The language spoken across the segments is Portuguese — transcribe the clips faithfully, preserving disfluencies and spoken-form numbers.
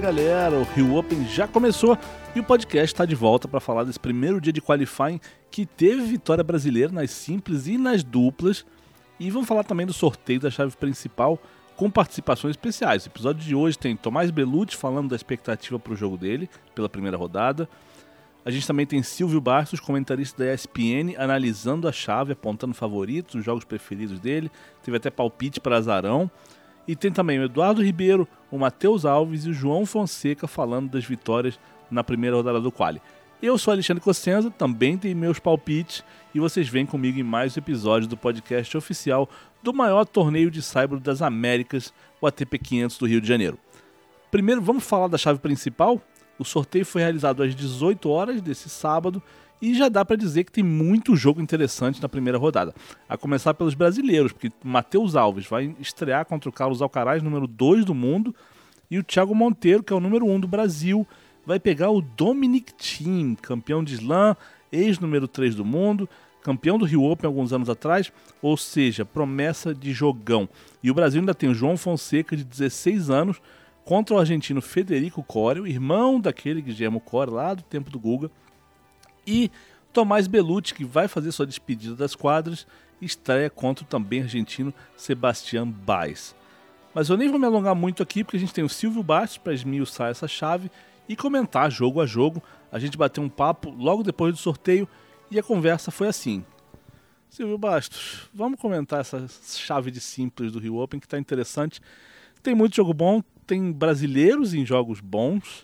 galera, o Rio Open já começou e o podcast está de volta para falar desse primeiro dia de qualifying que teve vitória brasileira nas simples e nas duplas, e vamos falar também do sorteio da chave principal com participações especiais. O episódio de hoje tem Tomás Bellucci falando da expectativa para o jogo dele pela primeira rodada. A gente também tem Silvio Bastos, comentarista da E S P N, analisando a chave, apontando favoritos, os jogos preferidos dele. Teve até palpite para azarão. E tem também o Eduardo Ribeiro, o Matheus Alves e o João Fonseca falando das vitórias na primeira rodada do Quali. Eu sou Alexandre Cossenza, também tenho meus palpites e vocês vêm comigo em mais um episódio do podcast oficial do maior torneio de saibro das Américas, o A T P quinhentos do Rio de Janeiro. Primeiro vamos falar da chave principal. O sorteio foi realizado às dezoito horas desse sábado e já dá para dizer que tem muito jogo interessante na primeira rodada. A começar pelos brasileiros, porque Matheus Alves vai estrear contra o Carlos Alcaraz, número dois do mundo, e o Thiago Monteiro, que é o número um do Brasil, vai pegar o Dominic Thiem, campeão de slam, ex-número três do mundo, campeão do Rio Open alguns anos atrás, ou seja, promessa de jogão. E o Brasil ainda tem o João Fonseca, de dezesseis anos, contra o argentino Federico Coria, irmão daquele Guillermo Coria, lá do tempo do Guga, e Tomás Bellucci, que vai fazer sua despedida das quadras, estreia contra o também argentino Sebastián Baez. Mas eu nem vou me alongar muito aqui, porque a gente tem o Silvio Bastos para esmiuçar essa chave e comentar jogo a jogo. A gente bateu um papo logo depois do sorteio e a conversa foi assim. Silvio Bastos, vamos comentar essa chave de simples do Rio Open, que está interessante. Tem muito jogo bom, tem brasileiros em jogos bons,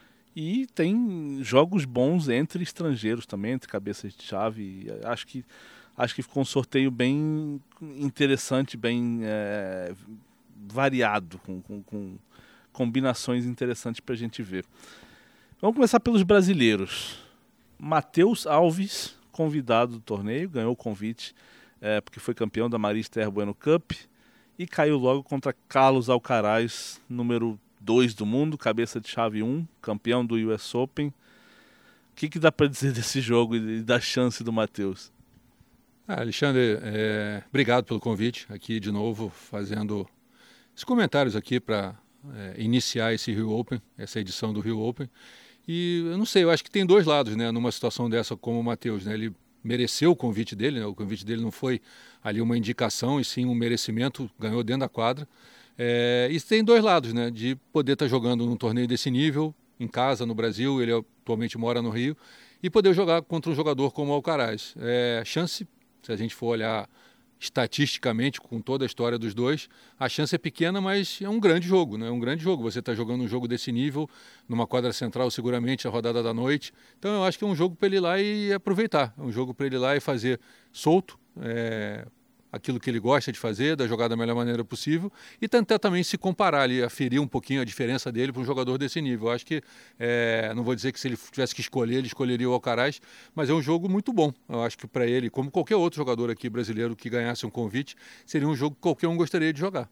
e tem jogos bons entre estrangeiros também, entre cabeças de chave. Acho que, acho que ficou um sorteio bem interessante, bem é, variado, com, com, com combinações interessantes para a gente ver. Vamos começar pelos brasileiros. Matheus Alves, convidado do torneio, ganhou o convite é, porque foi campeão da Maria Esther Bueno Cup e caiu logo contra Carlos Alcaraz, número dois do mundo, cabeça de chave um, campeão do U S Open. O que, que dá para dizer desse jogo e da chance do Matheus? Ah, Alexandre, é, obrigado pelo convite aqui de novo, fazendo esses comentários aqui para é, iniciar esse Rio Open, essa edição do Rio Open. E eu não sei, eu acho que tem dois lados, né, numa situação dessa como o Matheus, né, ele mereceu o convite dele, né, o convite dele não foi ali uma indicação e sim um merecimento, ganhou dentro da quadra. É, e tem dois lados, né, de poder estar jogando num torneio desse nível, em casa, no Brasil, ele atualmente mora no Rio, e poder jogar contra um jogador como o Alcaraz. É, a chance, se a gente for olhar estatisticamente, com toda a história dos dois, a chance é pequena, mas é um grande jogo, né? É um grande jogo. Você está jogando um jogo desse nível, numa quadra central, seguramente, a rodada da noite. Então, eu acho que é um jogo para ele ir lá e aproveitar. É um jogo para ele ir lá e fazer solto, é, aquilo que ele gosta de fazer, da jogada da melhor maneira possível, e tentar também se comparar ali, aferir um pouquinho a diferença dele para um jogador desse nível. Eu acho que, é, não vou dizer que se ele tivesse que escolher, ele escolheria o Alcaraz, mas é um jogo muito bom. Eu acho que para ele, como qualquer outro jogador aqui brasileiro que ganhasse um convite, seria um jogo que qualquer um gostaria de jogar.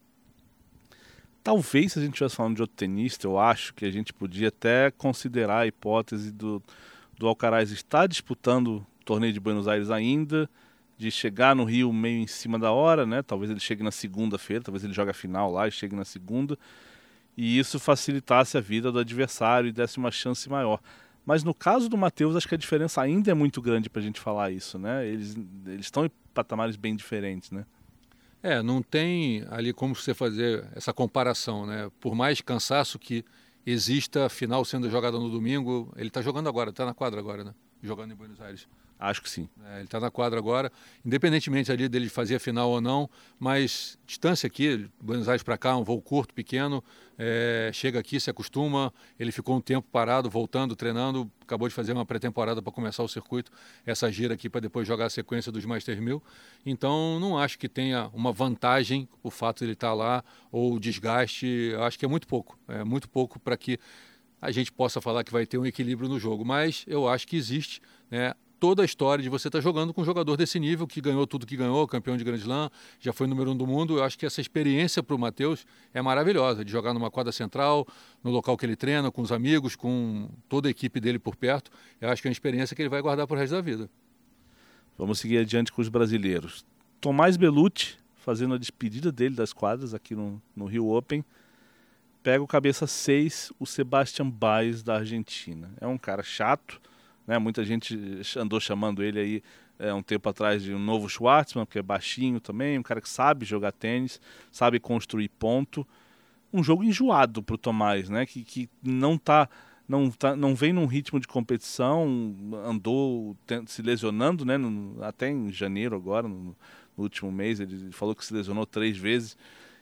Talvez, se a gente estivesse falando de outro tenista, eu acho que a gente podia até considerar a hipótese do, do Alcaraz estar disputando o torneio de Buenos Aires ainda, de chegar no Rio meio em cima da hora, né? Talvez ele chegue na segunda-feira, talvez ele jogue a final lá e chegue na segunda, e isso facilitasse a vida do adversário e desse uma chance maior. Mas no caso do Matheus, acho que a diferença ainda é muito grande para a gente falar isso, né? Eles, eles estão em patamares bem diferentes, né? É, não tem ali como você fazer essa comparação, né? Por mais cansaço que exista, a final sendo jogada no domingo, ele está jogando agora, está na quadra agora, né? Jogando em Buenos Aires. Acho que sim. É, ele está na quadra agora, independentemente ali dele fazer a final ou não, mas distância aqui, Buenos Aires para cá, um voo curto, pequeno, é, chega aqui, se acostuma, ele ficou um tempo parado, voltando, treinando, acabou de fazer uma pré-temporada para começar o circuito, essa gira aqui para depois jogar a sequência dos Masters mil, então não acho que tenha uma vantagem o fato de ele estar lá, ou o desgaste, acho que é muito pouco, é muito pouco para que a gente possa falar que vai ter um equilíbrio no jogo, mas eu acho que existe, né, toda a história de você estar jogando com um jogador desse nível, que ganhou tudo que ganhou, campeão de Grand Slam, já foi número um do mundo. Eu acho que essa experiência para o Matheus é maravilhosa, de jogar numa quadra central, no local que ele treina, com os amigos, com toda a equipe dele por perto. Eu acho que é uma experiência que ele vai guardar para o resto da vida. Vamos seguir adiante com os brasileiros. Tomás Bellucci, fazendo a despedida dele das quadras aqui no, no Rio Open. pega o cabeça seis, o Sebastián Baez, da Argentina. É um cara chato, né? Muita gente andou chamando ele aí é, um tempo atrás de um novo Schwartzman, porque é baixinho também, um cara que sabe jogar tênis, sabe construir ponto. Um jogo enjoado para o Tomás, né? Que, que não tá, não tá, não vem num ritmo de competição, andou se lesionando, né? No, até em janeiro agora, no, no último mês, ele falou que se lesionou três vezes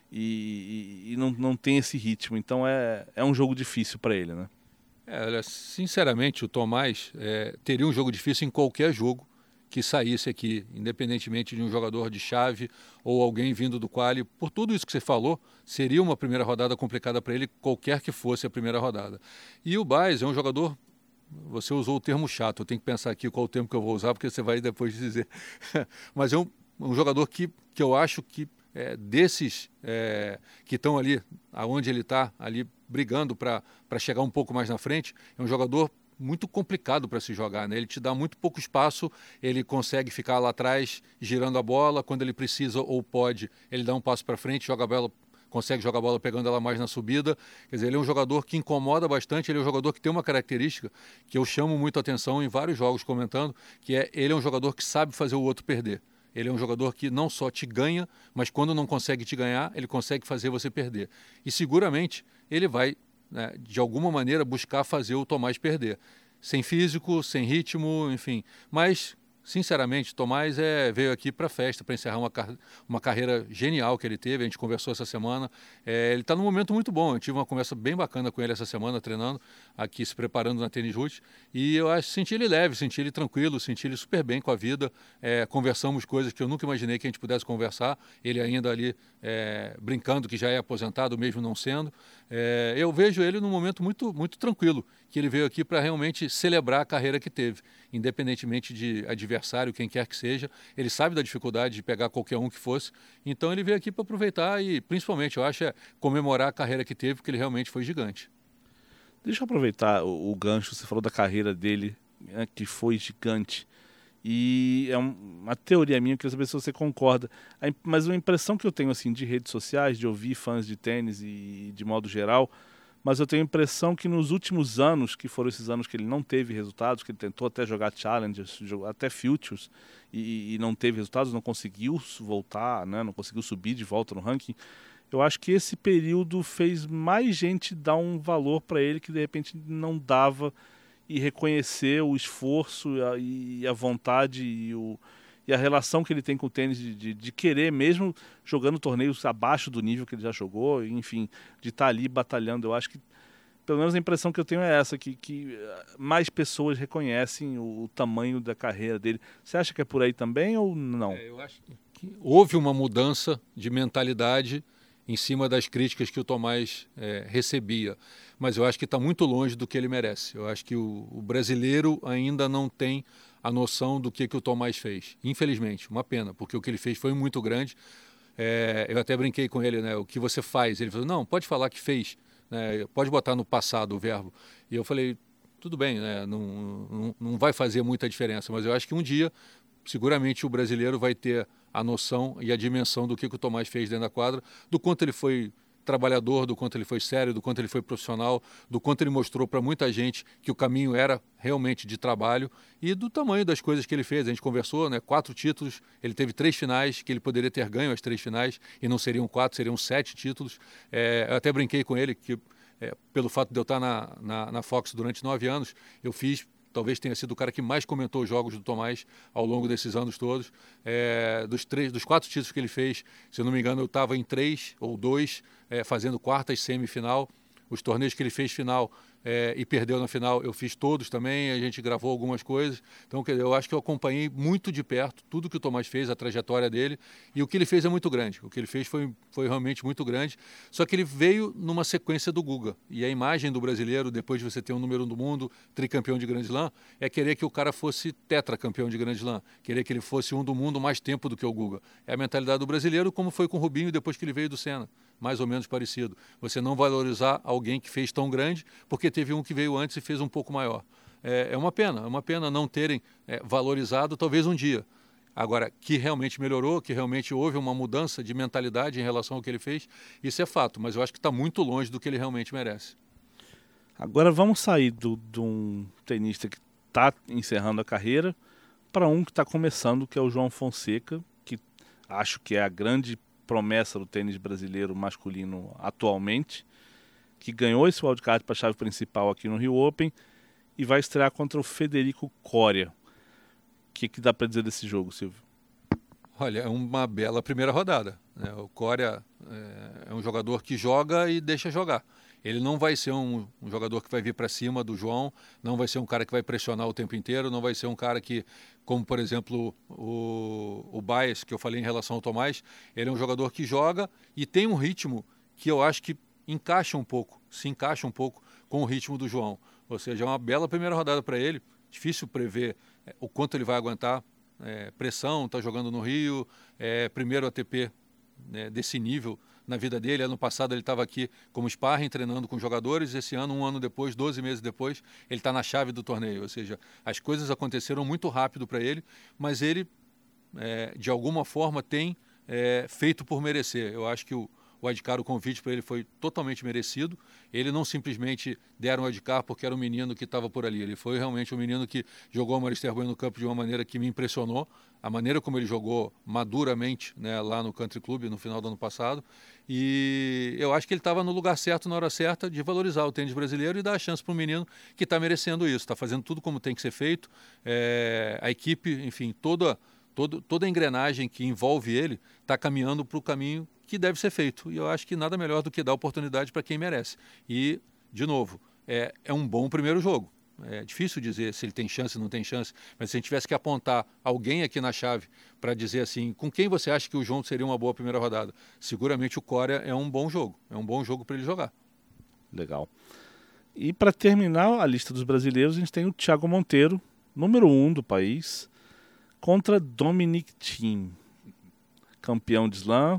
e, e, e não, não tem esse ritmo. Então é, é um jogo difícil para ele, né? É, olha, sinceramente, o Tomás é, teria um jogo difícil em qualquer jogo que saísse aqui, independentemente de um jogador de chave ou alguém vindo do quali. Por tudo isso que você falou, seria uma primeira rodada complicada para ele, qualquer que fosse a primeira rodada. E o Baez é um jogador, você usou o termo chato, eu tenho que pensar aqui qual o termo que eu vou usar, porque você vai depois dizer. Mas é um, um jogador que, que eu acho que é, desses é, que estão ali, aonde ele está, ali brigando para chegar um pouco mais na frente, é um jogador muito complicado para se jogar, né? Ele te dá muito pouco espaço, ele consegue ficar lá atrás girando a bola, quando ele precisa ou pode, ele dá um passo para frente, joga a bola, consegue jogar a bola pegando ela mais na subida. Quer dizer, ele é um jogador que incomoda bastante, ele é um jogador que tem uma característica que eu chamo muito a atenção em vários jogos comentando, que é ele é um jogador que sabe fazer o outro perder. Ele é um jogador que não só te ganha, mas quando não consegue te ganhar, ele consegue fazer você perder. E seguramente ele vai, né, de alguma maneira, buscar fazer o Tomás perder. Sem físico, sem ritmo, enfim. Mas, sinceramente, Tomás é, veio aqui para a festa, para encerrar uma, car uma carreira genial que ele teve. A gente conversou essa semana. É, ele está num momento muito bom. Eu tive uma conversa bem bacana com ele essa semana, treinando, aqui se preparando na Tênis Roots. E eu acho, senti ele leve, senti ele tranquilo, senti ele super bem com a vida. É, conversamos coisas que eu nunca imaginei que a gente pudesse conversar. Ele ainda ali é, brincando que já é aposentado, mesmo não sendo. É, eu vejo ele num momento muito, muito tranquilo, que ele veio aqui para realmente celebrar a carreira que teve, independentemente de adversário, quem quer que seja. Ele sabe da dificuldade de pegar qualquer um que fosse, então ele veio aqui para aproveitar e, principalmente, eu acho, é comemorar a carreira que teve, porque ele realmente foi gigante. Deixa eu aproveitar o, o gancho, você falou da carreira dele, né, que foi gigante. E é um, uma teoria minha, eu queria saber se você concorda. A, mas uma impressão que eu tenho assim de redes sociais, de ouvir fãs de tênis e de modo geral, mas eu tenho a impressão que nos últimos anos, que foram esses anos que ele não teve resultados, que ele tentou até jogar Challengers, até Futures, e, e não teve resultados, não conseguiu voltar, né, não conseguiu subir de volta no ranking. Eu acho que esse período fez mais gente dar um valor para ele que de repente não dava, e reconhecer o esforço e a vontade e, o, e a relação que ele tem com o tênis de, de, de querer, mesmo jogando torneios abaixo do nível que ele já jogou, enfim, de estar ali batalhando. Eu acho que, pelo menos a impressão que eu tenho é essa, que, que mais pessoas reconhecem o, o tamanho da carreira dele. Você acha que é por aí também ou não? É, eu acho que houve uma mudança de mentalidade em cima das críticas que o Tomás é, recebia, mas eu acho que está muito longe do que ele merece. Eu acho que o, o brasileiro ainda não tem a noção do que, que o Tomás fez, infelizmente, uma pena, porque o que ele fez foi muito grande. É, eu até brinquei com ele, né, o que você faz? Ele falou, não, pode falar que fez, né, pode botar no passado o verbo. E eu falei, tudo bem, né, não, não, não vai fazer muita diferença, mas eu acho que um dia, seguramente o brasileiro vai ter a noção e a dimensão do que, que o Tomás fez dentro da quadra, do quanto ele foi trabalhador, do quanto ele foi sério, do quanto ele foi profissional, do quanto ele mostrou para muita gente que o caminho era realmente de trabalho e do tamanho das coisas que ele fez. A gente conversou, né? Quatro títulos, ele teve três finais, que ele poderia ter ganho as três finais, e não seriam quatro, seriam sete títulos. É, eu até brinquei com ele que, é, pelo fato de eu estar na, na, na Fox durante nove anos, eu fiz... Talvez tenha sido o cara que mais comentou os jogos do Tomás ao longo desses anos todos. É, dos, três, dos quatro títulos que ele fez, se eu não me engano, eu estava em três ou dois, é, fazendo quartas, semifinal. Os torneios que ele fez final é, e perdeu na final, eu fiz todos também, a gente gravou algumas coisas. Então, eu acho que eu acompanhei muito de perto tudo que o Tomás fez, a trajetória dele, e o que ele fez é muito grande. O que ele fez foi, foi realmente muito grande, só que ele veio numa sequência do Guga. E a imagem do brasileiro, depois de você ter um número um do mundo, tricampeão de Grand Slam, é querer que o cara fosse tetracampeão de Grand Slam, querer que ele fosse um do mundo mais tempo do que o Guga. É a mentalidade do brasileiro, como foi com o Rubinho depois que ele veio do Senna. Mais ou menos parecido. Você não valorizar alguém que fez tão grande, porque teve um que veio antes e fez um pouco maior. É, é uma pena, é uma pena não terem é, valorizado, talvez um dia. Agora, que realmente melhorou, que realmente houve uma mudança de mentalidade em relação ao que ele fez, isso é fato, mas eu acho que está muito longe do que ele realmente merece. Agora vamos sair do, de um tenista que está encerrando a carreira para um que está começando, que é o João Fonseca, que acho que é a grande promessa do tênis brasileiro masculino atualmente, que ganhou esse wildcard para a chave principal aqui no Rio Open e vai estrear contra o Federico Coria. O que, que dá para dizer desse jogo, Silvio? Olha, é uma bela primeira rodada, né? O Coria é, é um jogador que joga e deixa jogar. Ele não vai ser um, um jogador que vai vir para cima do João, não vai ser um cara que vai pressionar o tempo inteiro, não vai ser um cara que, como por exemplo o, o Baez, que eu falei em relação ao Tomás, ele é um jogador que joga e tem um ritmo que eu acho que encaixa um pouco, se encaixa um pouco com o ritmo do João. Ou seja, é uma bela primeira rodada para ele, difícil prever é, o quanto ele vai aguentar. É, pressão, está jogando no Rio, é, primeiro A T P, né, desse nível na vida dele. Ano passado ele estava aqui como sparring, treinando com jogadores. Esse ano, um ano depois, doze meses depois, ele está na chave do torneio. Ou seja, as coisas aconteceram muito rápido para ele, mas ele, é, de alguma forma, tem é, feito por merecer. Eu acho que o O wildcard, o convite para ele foi totalmente merecido. Ele não simplesmente deram o wildcard porque era um menino que estava por ali. Ele foi realmente um menino que jogou o Marister Bueno Cup de uma maneira que me impressionou. A maneira como ele jogou maduramente, né, lá no Country Club no final do ano passado. E eu acho que ele estava no lugar certo, na hora certa, de valorizar o tênis brasileiro e dar a chance para um menino que está merecendo isso. Está fazendo tudo como tem que ser feito. É, a equipe, enfim, toda, toda, toda a engrenagem que envolve ele está caminhando para o caminho que deve ser feito. E eu acho que nada melhor do que dar oportunidade para quem merece. E, de novo, é, é um bom primeiro jogo. É difícil dizer se ele tem chance ou não tem chance, mas se a gente tivesse que apontar alguém aqui na chave para dizer assim, com quem você acha que o João seria uma boa primeira rodada? Seguramente o Coria é um bom jogo. É um bom jogo para ele jogar. Legal. E para terminar a lista dos brasileiros, a gente tem o Thiago Monteiro, número um do país, contra Dominic Thiem, campeão de slam.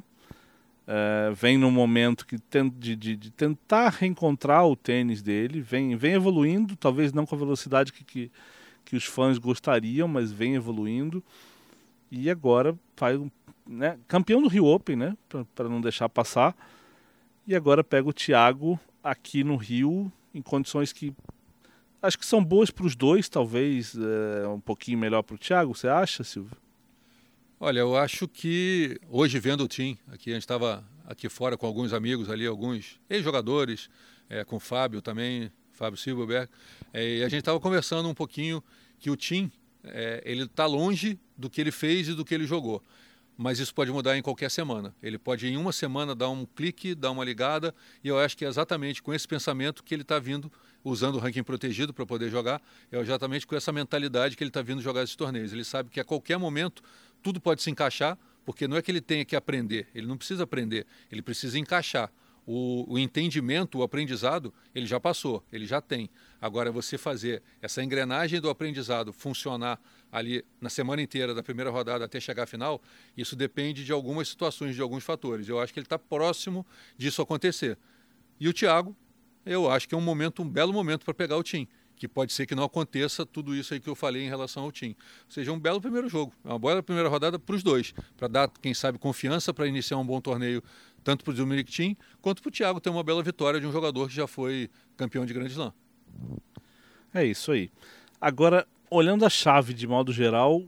É, vem num momento que tem, de, de, de tentar reencontrar o tênis dele, vem, vem evoluindo, talvez não com a velocidade que, que, que os fãs gostariam, mas vem evoluindo. E agora faz um, né, campeão do Rio Open, né, para não deixar passar. E agora pega o Thiago aqui no Rio, em condições que acho que são boas para os dois, talvez é, um pouquinho melhor para o Thiago, você acha, Silvio? Olha, eu acho que hoje vendo o Thiem, aqui a gente estava aqui fora com alguns amigos ali, alguns ex-jogadores, é, com o Fábio também, Fábio Silverberg, é, e a gente estava conversando um pouquinho que o Thiem, é, ele está longe do que ele fez e do que ele jogou. Mas isso pode mudar em qualquer semana. Ele pode em uma semana dar um clique, dar uma ligada, e eu acho que é exatamente com esse pensamento que ele está vindo, usando o ranking protegido para poder jogar, é exatamente com essa mentalidade que ele está vindo jogar esses torneios. Ele sabe que a qualquer momento tudo pode se encaixar, porque não é que ele tenha que aprender, ele não precisa aprender, ele precisa encaixar. O, o entendimento, o aprendizado, ele já passou, ele já tem. Agora, você fazer essa engrenagem do aprendizado funcionar ali na semana inteira, da primeira rodada até chegar à final, isso depende de algumas situações, de alguns fatores. Eu acho que ele está próximo disso acontecer. E o Thiago, eu acho que é um momento, um belo momento para pegar o Thiem, que pode ser que não aconteça tudo isso aí que eu falei em relação ao Thiem. Ou seja, um belo primeiro jogo, uma boa primeira rodada para os dois, para dar, quem sabe, confiança para iniciar um bom torneio, tanto para o Dominic Thiem, quanto para o Thiago ter uma bela vitória de um jogador que já foi campeão de Grand Slam. É isso aí. Agora, olhando a chave de modo geral,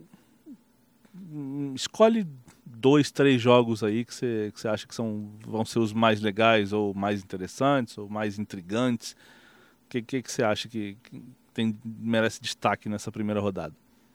escolhe dois, três jogos aí que você que você acha que são, vão ser os mais legais, ou mais interessantes, ou mais intrigantes. O que, que, que você acha que, que tem, merece destaque nessa primeira rodada?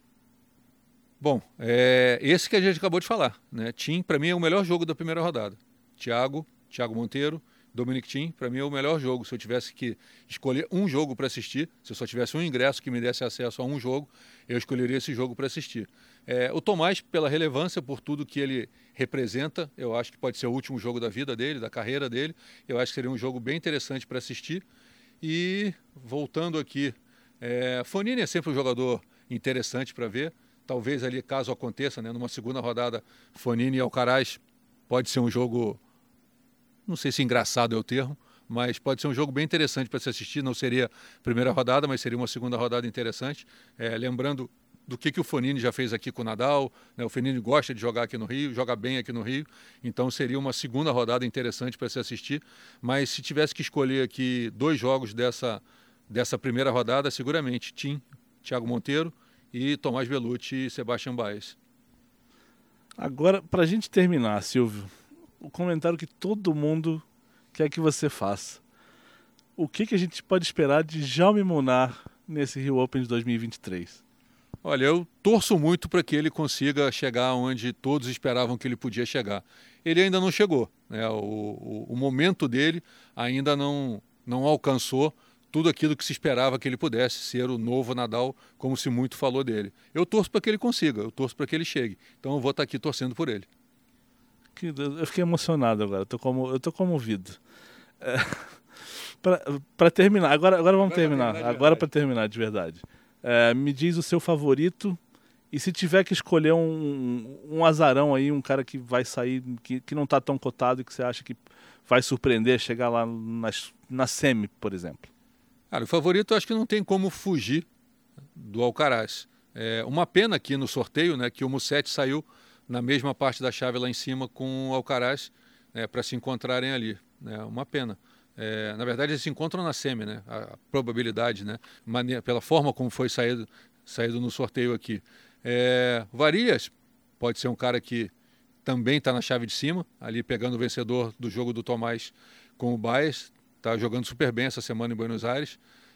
Bom, é esse que a gente acabou de falar, né? Thiem, para mim, é o melhor jogo da primeira rodada. Thiago, Thiago Monteiro, Dominic Thiem, para mim é o melhor jogo. Se eu tivesse que escolher um jogo para assistir, se eu só tivesse um ingresso que me desse acesso a um jogo, eu escolheria esse jogo para assistir. É, o Tomás, pela relevância, por tudo que ele representa, eu acho que pode ser o último jogo da vida dele, da carreira dele. Eu acho que seria um jogo bem interessante para assistir. E, voltando aqui, é, Fognini é sempre um jogador interessante para ver. Talvez ali, caso aconteça, né, numa segunda rodada, Fognini e Alcaraz, pode ser um jogo, não sei se engraçado é o termo, mas pode ser um jogo bem interessante para se assistir. Não seria a primeira rodada, mas seria uma segunda rodada interessante. É, lembrando do que, que o Fognini já fez aqui com o Nadal, né? O Fognini gosta de jogar aqui no Rio, joga bem aqui no Rio, então seria uma segunda rodada interessante para se assistir, mas se tivesse que escolher aqui dois jogos dessa, dessa primeira rodada, seguramente Thiem, Thiago Monteiro e Tomás Bellucci e Sebastian Baez. Agora, para a gente terminar, Silvio, o comentário que todo mundo quer que você faça. O que, que a gente pode esperar de Jaume Munar nesse Rio Open de dois mil e vinte e três? Olha, eu torço muito para que ele consiga chegar onde todos esperavam que ele podia chegar. Ele ainda não chegou, né? o, o, o momento dele ainda não, não alcançou tudo aquilo que se esperava que ele pudesse ser o novo Nadal, como se muito falou dele. Eu torço para que ele consiga, eu torço para que ele chegue. Então eu vou estar aqui torcendo por ele. Eu fiquei emocionado agora, eu tô, como, eu tô comovido. É, para terminar, agora, agora vamos agora terminar, terminar agora para terminar de verdade. É, me diz o seu favorito e se tiver que escolher um, um azarão aí, um cara que vai sair, que, que não está tão cotado e que você acha que vai surpreender, chegar lá nas, na semi, por exemplo. Cara, o favorito eu acho que não tem como fugir do Alcaraz. É uma pena aqui no sorteio, né, que o Musetti saiu na mesma parte da chave lá em cima com o Alcaraz, né, para se encontrarem ali. É né, uma pena. É, na verdade, eles se encontram na semi, né, a, a probabilidade, né, maneira, pela forma como foi saído, saído no sorteio aqui. É, Varillas pode ser um cara que também está na chave de cima, ali pegando o vencedor do jogo do Tomás com o Baez. Está jogando super bem essa semana em Buenos Aires.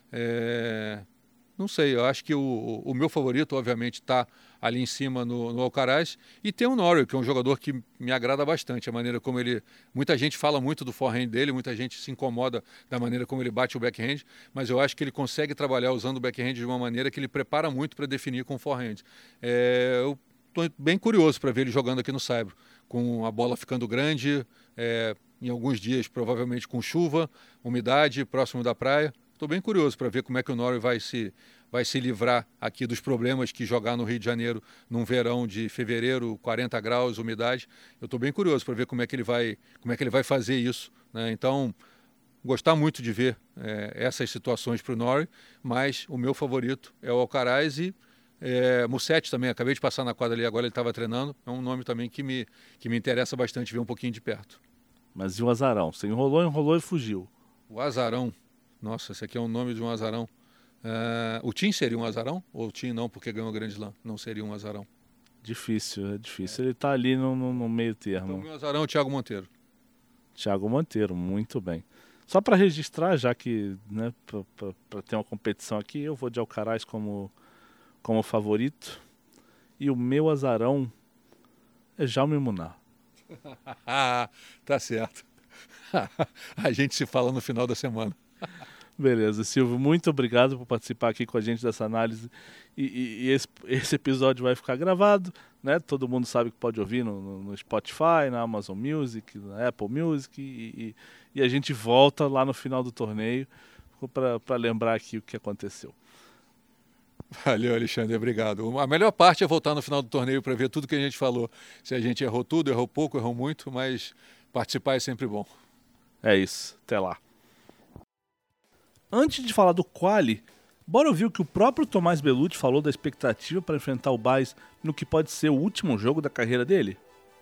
É... Não sei, eu acho que o, o meu favorito, obviamente, está ali em cima no, no Alcaraz. E tem o Norrie, que é um jogador que me agrada bastante. A maneira como ele... Muita gente fala muito do forehand dele, muita gente se incomoda da maneira como ele bate o backhand, mas eu acho que ele consegue trabalhar usando o backhand de uma maneira que ele prepara muito para definir com o forehand. É... Eu estou bem curioso para ver ele jogando aqui no Saibro, com a bola ficando grande, é... em alguns dias provavelmente com chuva, umidade, próximo da praia. Estou bem curioso para ver como é que o Norrie vai se, vai se livrar aqui dos problemas que jogar no Rio de Janeiro num verão de fevereiro, quarenta graus, umidade. Eu estou bem curioso para ver como é que ele vai, como é que ele vai fazer isso, né? Então, gostar muito de ver é, essas situações para o Norrie, mas o meu favorito é o Alcaraz e é, Musetti também. Acabei de passar na quadra ali, agora ele estava treinando. É um nome também que me, que me interessa bastante ver um pouquinho de perto. Mas e o azarão? Você enrolou, enrolou e fugiu. O azarão. Nossa, esse aqui é o nome de um azarão. Uh, o Thiem seria um azarão? Ou o Thiem não, porque ganhou o Grand Slam? Não seria um azarão. Difícil, é difícil. É. Ele está ali no, no, no meio termo. Então o meu azarão é o Thiago Monteiro. Thiago Monteiro, muito bem. Só para registrar, já que, né, para ter uma competição aqui, eu vou de Alcaraz como, como favorito. E o meu azarão é Jaume Munar. Tá certo. A gente se fala no final da semana. Beleza, Silvio, muito obrigado por participar aqui com a gente dessa análise. E, e, e esse, esse episódio vai ficar gravado, né? Todo mundo sabe que pode ouvir no, no, no Spotify, na Amazon Music, na Apple Music. E, e, e a gente volta lá no final do torneio para lembrar aqui o que aconteceu. Valeu, Alexandre, obrigado. A melhor parte é voltar no final do torneio para ver tudo que a gente falou. Se a gente errou tudo, errou pouco, errou muito, mas participar é sempre bom. É isso, até lá. Antes de falar do quali, bora ouvir o que o próprio Tomás Bellucci falou da expectativa para enfrentar o Baez no que pode ser o último jogo da carreira dele?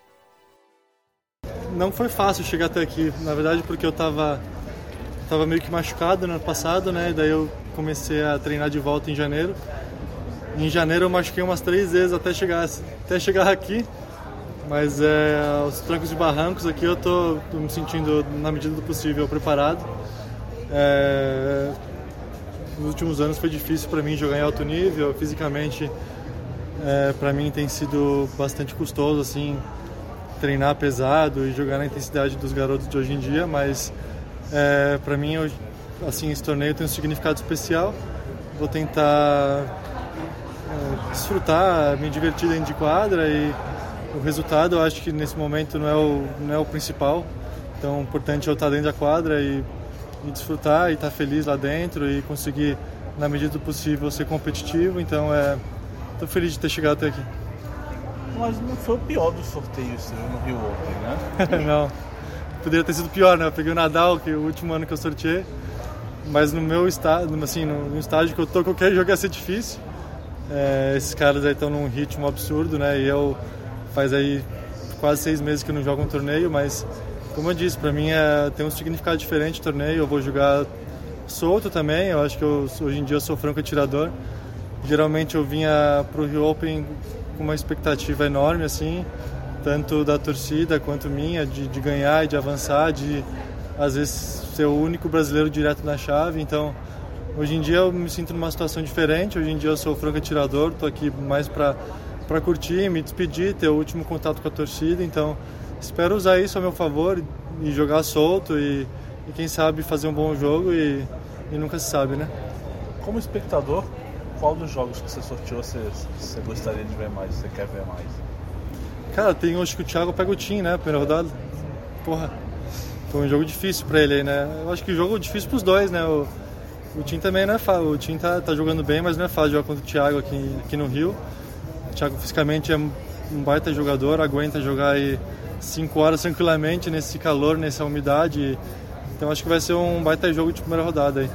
Não foi fácil chegar até aqui, na verdade, porque eu estava tava meio que machucado no ano passado, né? Daí eu comecei a treinar de volta em janeiro. Em janeiro eu machuquei umas três vezes até chegar, até chegar aqui, mas é, aos trancos e barrancos aqui eu tô, tô me sentindo, na medida do possível, preparado. É, nos últimos anos foi difícil para mim jogar em alto nível, fisicamente é, para mim tem sido bastante custoso assim, treinar pesado e jogar na intensidade dos garotos de hoje em dia, mas é, para mim eu, assim, esse torneio tem um significado especial. Vou tentar é, desfrutar, me divertir dentro de quadra e o resultado eu acho que nesse momento não é o, não é o principal, então é importante eu estar dentro da quadra e e desfrutar e estar feliz lá dentro e conseguir, na medida do possível, ser competitivo. Então, é, estou feliz de ter chegado até aqui. Mas não foi o pior do sorteio esse no Rio Open, né? Não, poderia ter sido pior, né? Eu peguei o Nadal, que é o último ano que eu sorteei, mas no meu estágio, assim, no, no estágio que eu tô, qualquer jogo ia ser difícil. É, esses caras aí estão num ritmo absurdo, né? E eu faz aí quase seis meses que eu não jogo um torneio, mas como eu disse, para mim é, tem um significado diferente o torneio. Eu vou jogar solto também. Eu acho que eu, hoje em dia eu sou franco atirador. Geralmente eu vinha pro Rio Open com uma expectativa enorme, assim, tanto da torcida quanto minha, de, de ganhar e de avançar, de às vezes ser o único brasileiro direto na chave. Então, hoje em dia eu me sinto numa situação diferente. Hoje em dia eu sou franco atirador, estou aqui mais para para curtir, me despedir, ter o último contato com a torcida. Então, espero usar isso a meu favor e jogar solto e, e quem sabe fazer um bom jogo e, e nunca se sabe, né? Como espectador, qual dos jogos que você sorteou você, você gostaria de ver mais, você quer ver mais? Cara, tem hoje que o Thiago pega o Tim, né? Primeira rodada. Porra, foi um jogo difícil pra ele aí, né? Eu acho que jogo difícil pros dois, né? O, o Tim também não é fácil. O Tim tá, tá jogando bem, mas não é fácil jogar contra o Thiago aqui, aqui no Rio. O Thiago fisicamente é um baita jogador, aguenta jogar aí cinco horas tranquilamente nesse calor, nessa umidade. Então acho que vai ser um baita jogo de primeira rodada aí.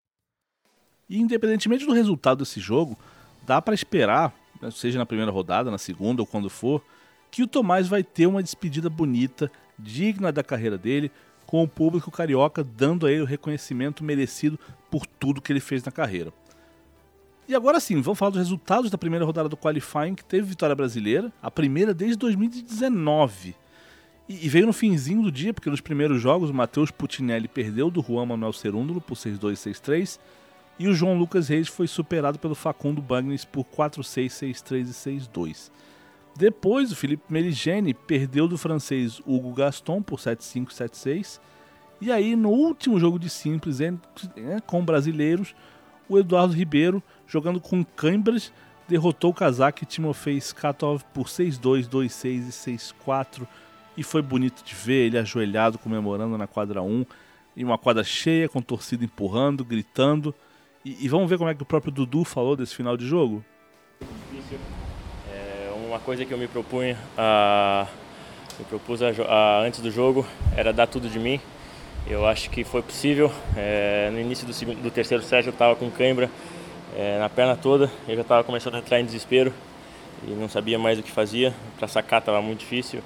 E independentemente do resultado desse jogo, dá para esperar, seja na primeira rodada, na segunda ou quando for, que o Tomás vai ter uma despedida bonita, digna da carreira dele, com o público carioca dando a ele o reconhecimento merecido por tudo que ele fez na carreira. E agora sim, vamos falar dos resultados da primeira rodada do Qualifying, que teve vitória brasileira, a primeira desde dois mil e dezenove. E, e veio no finzinho do dia, porque nos primeiros jogos o Matheus Puccinelli perdeu do Juan Manuel Cerúndolo por seis dois, seis três, e o João Lucas Reis foi superado pelo Facundo Bagnis por quatro seis, seis três e seis dois. Depois, o Felipe Meligeni perdeu do francês Hugo Gaston por sete cinco, sete seis. E aí, no último jogo de simples, com brasileiros, o Eduardo Ribeiro, jogando com Cambridge, derrotou o cazaque Timofey Skatov por seis dois, dois seis e seis quatro. E foi bonito de ver ele ajoelhado, comemorando na quadra um, em uma quadra cheia, com torcida empurrando, gritando. E, e vamos ver como é que o próprio Dudu falou desse final de jogo? Difícil. É uma coisa que eu me propunha, a, me propus a, a, antes do jogo, era dar tudo de mim. Eu acho que foi possível. É, no início do, segundo, do terceiro set eu estava com cãibra é, na perna toda. Eu já estava começando a entrar em desespero e não sabia mais o que fazia. Para sacar estava muito difícil,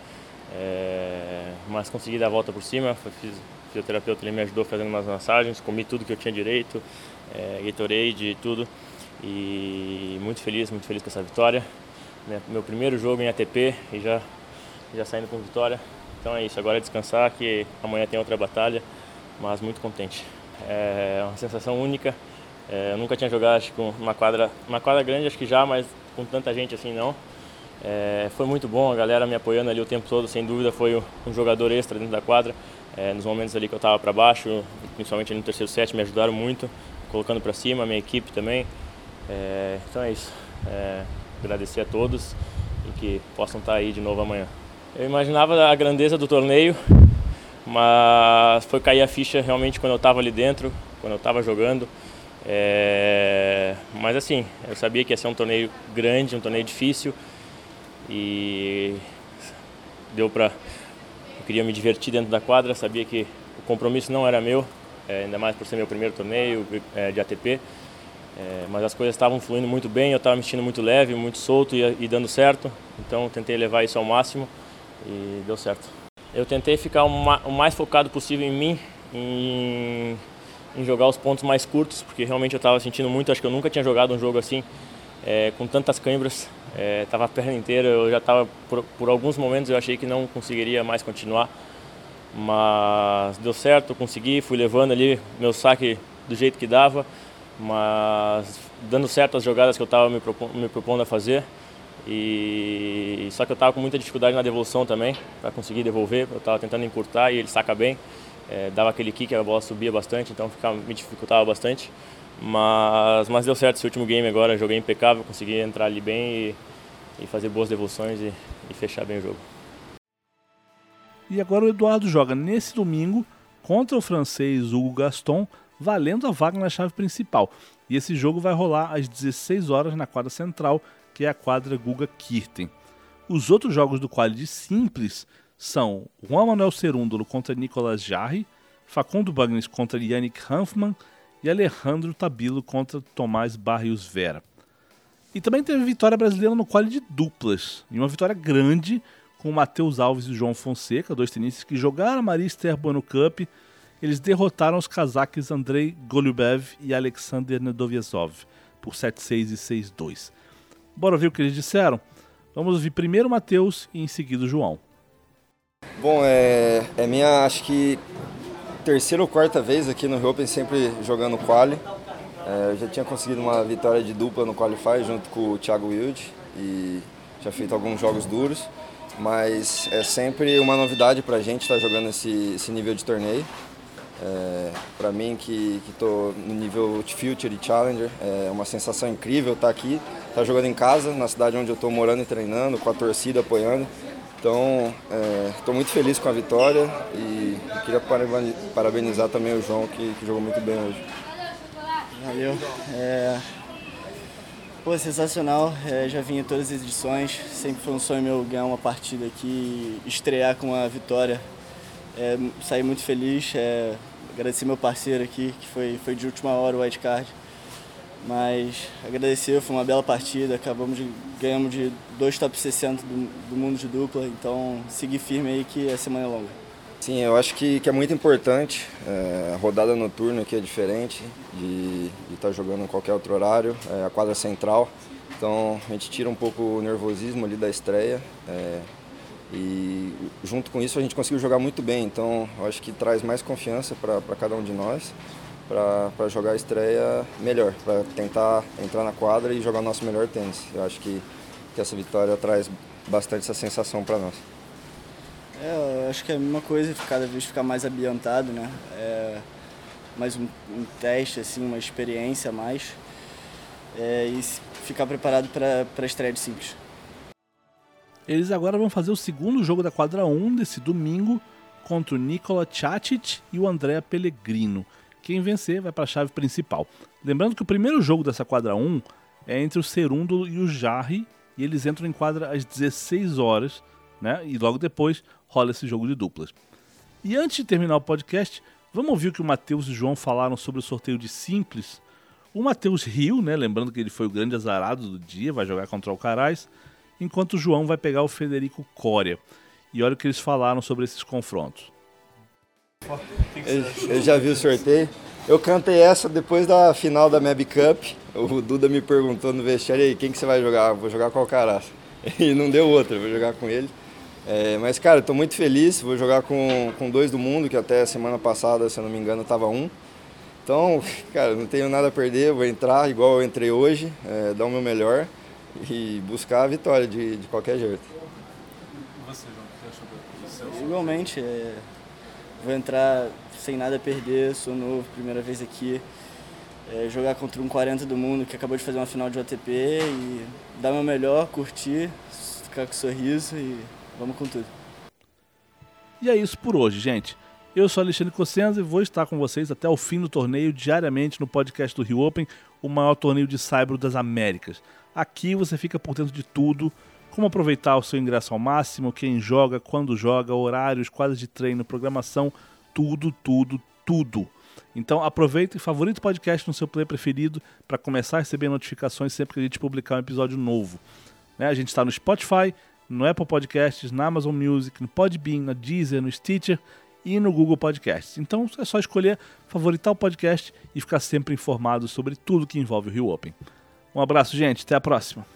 é, mas consegui dar a volta por cima. Fiz, o fisioterapeuta ele me ajudou fazendo umas massagens, comi tudo que eu tinha direito, é, Gatorade, tudo. E muito feliz, muito feliz com essa vitória. Meu primeiro jogo em A T P e já, já saindo com vitória. Então é isso, agora é descansar, que amanhã tem outra batalha, mas muito contente. É uma sensação única. É, eu nunca tinha jogado acho, com uma quadra, uma quadra grande, acho que já, mas com tanta gente assim não. É, foi muito bom, a galera me apoiando ali o tempo todo, sem dúvida foi um jogador extra dentro da quadra. É, nos momentos ali que eu estava para baixo, principalmente no terceiro set, me ajudaram muito, colocando para cima, a minha equipe também. É, então é isso, é, agradecer a todos e que possam estar aí de novo amanhã. Eu imaginava a grandeza do torneio, mas foi cair a ficha realmente quando eu estava ali dentro, quando eu estava jogando. É... Mas assim, eu sabia que ia ser um torneio grande, um torneio difícil e deu para... Eu queria me divertir dentro da quadra, sabia que o compromisso não era meu, é, ainda mais por ser meu primeiro torneio é, de A T P. É, mas as coisas estavam fluindo muito bem, eu estava me sentindo muito leve, muito solto e, e dando certo, então tentei levar isso ao máximo e deu certo. Eu tentei ficar o mais focado possível em mim, em, em jogar os pontos mais curtos, porque realmente eu estava sentindo muito, acho que eu nunca tinha jogado um jogo assim, é, com tantas câimbras, estava é, a perna inteira, eu já estava, por, por alguns momentos eu achei que não conseguiria mais continuar, mas deu certo, consegui, fui levando ali meu saque do jeito que dava, mas dando certo as jogadas que eu estava me, me propondo a fazer. E só que eu estava com muita dificuldade na devolução também, para conseguir devolver, eu estava tentando encurtar e ele saca bem, é, dava aquele kick, a bola subia bastante, então ficava, me dificultava bastante, mas, mas deu certo esse último game agora, joguei impecável, consegui entrar ali bem e, e fazer boas devoluções e, e fechar bem o jogo. E agora o Eduardo joga nesse domingo contra o francês Hugo Gaston, valendo a vaga na chave principal. E esse jogo vai rolar às dezesseis horas na quadra central, que é a quadra Guga Kirten. Os outros jogos do quali de simples são Juan Manuel Cerúndolo contra Nicolas Jarry, Facundo Bagnis contra Yannick Hanfmann e Alejandro Tabilo contra Tomás Barrios Vera. E também teve vitória brasileira no quali de duplas, e uma vitória grande com o Matheus Alves e o João Fonseca, dois tenistas que jogaram a Maria Esther Bueno Cup. Eles derrotaram os cazaques Andrei Golubev e Alexander Nedoviazov por sete a seis e seis a dois. Bora ouvir o que eles disseram? Vamos ouvir primeiro o Matheus e em seguida o João. Bom, é, é minha, acho que, terceira ou quarta vez aqui no Rio Open, sempre jogando quali. É, eu já tinha conseguido uma vitória de dupla no Qualify junto com o Thiago Wilde e já feito alguns jogos duros, mas é sempre uma novidade pra gente estar jogando esse, esse nível de torneio. É, para mim que estou no nível de Future e Challenger, é uma sensação incrível estar aqui, estar jogando em casa, na cidade onde eu estou morando e treinando, com a torcida apoiando. Então, estou é, muito feliz com a vitória e queria parabenizar também o João, que, que jogou muito bem hoje. Valeu. É... Pô, sensacional. É, já vim em todas as edições, sempre foi um sonho meu ganhar uma partida aqui e estrear com uma vitória. É, saí muito feliz, é, agradecer meu parceiro aqui, que foi, foi de última hora o wildcard, mas agradecer, foi uma bela partida, acabamos de, ganhamos de dois top sessenta do, do mundo de dupla, então seguir firme aí que a semana é longa. Sim, eu acho que, que é muito importante, é, a rodada noturna aqui é diferente de estar tá jogando em qualquer outro horário, é a quadra central, então a gente tira um pouco o nervosismo ali da estreia. É, E junto com isso a gente conseguiu jogar muito bem, então eu acho que traz mais confiança para cada um de nós, para jogar a estreia melhor, para tentar entrar na quadra e jogar o nosso melhor tênis. Eu acho que, que essa vitória traz bastante essa sensação para nós. É, eu acho que é a mesma coisa, cada vez ficar mais ambientado, né? É mais um, um teste, assim, uma experiência a mais, é, e ficar preparado para a estreia de simples. Eles agora vão fazer o segundo jogo da quadra um desse domingo contra o Nikola Cacic e o Andrea Pellegrino. Quem vencer vai para a chave principal. Lembrando que o primeiro jogo dessa quadra um é entre o Cerundo e o Jarry, e eles entram em quadra às dezesseis horas, né? E logo depois rola esse jogo de duplas. E antes de terminar o podcast, vamos ouvir o que o Matheus e o João falaram sobre o sorteio de simples. O Matheus riu, né? Lembrando que ele foi o grande azarado do dia, vai jogar contra o Alcaraz, enquanto o João vai pegar o Federico Coria. E olha o que eles falaram sobre esses confrontos. Eu, eu já vi o sorteio. Eu cantei essa depois da final da M E B Cup. O Duda me perguntou no vestiário, aí, quem que você vai jogar? Vou jogar com o Alcaraz. E não deu outra, vou jogar com ele. É, mas, cara, estou muito feliz. Vou jogar com, com dois do mundo, que até semana passada, se eu não me engano, estava um. Então, cara, não tenho nada a perder. Vou entrar igual eu entrei hoje, é, dar o meu melhor e buscar a vitória de, de qualquer jeito. E você, João, o que achou do seu? Igualmente, é, vou entrar sem nada a perder, sou novo, primeira vez aqui, é, jogar contra um quarenta do mundo que acabou de fazer uma final de O T P e dar o meu melhor, curtir, ficar com sorriso e vamos com tudo. E é isso por hoje, gente. Eu sou Alexandre Cossenza e vou estar com vocês até o fim do torneio, diariamente no podcast do Rio Open, o maior torneio de saibro das Américas. Aqui você fica por dentro de tudo, como aproveitar o seu ingresso ao máximo, quem joga, quando joga, horários, quadros de treino, programação, tudo, tudo, tudo. Então aproveita e favorita o podcast no seu player preferido para começar a receber notificações sempre que a gente publicar um episódio novo. Né? A gente está no Spotify, no Apple Podcasts, na Amazon Music, no Podbean, na Deezer, no Stitcher e no Google Podcasts. Então é só escolher favoritar o podcast e ficar sempre informado sobre tudo que envolve o Rio Open. Um abraço, gente. Até a próxima.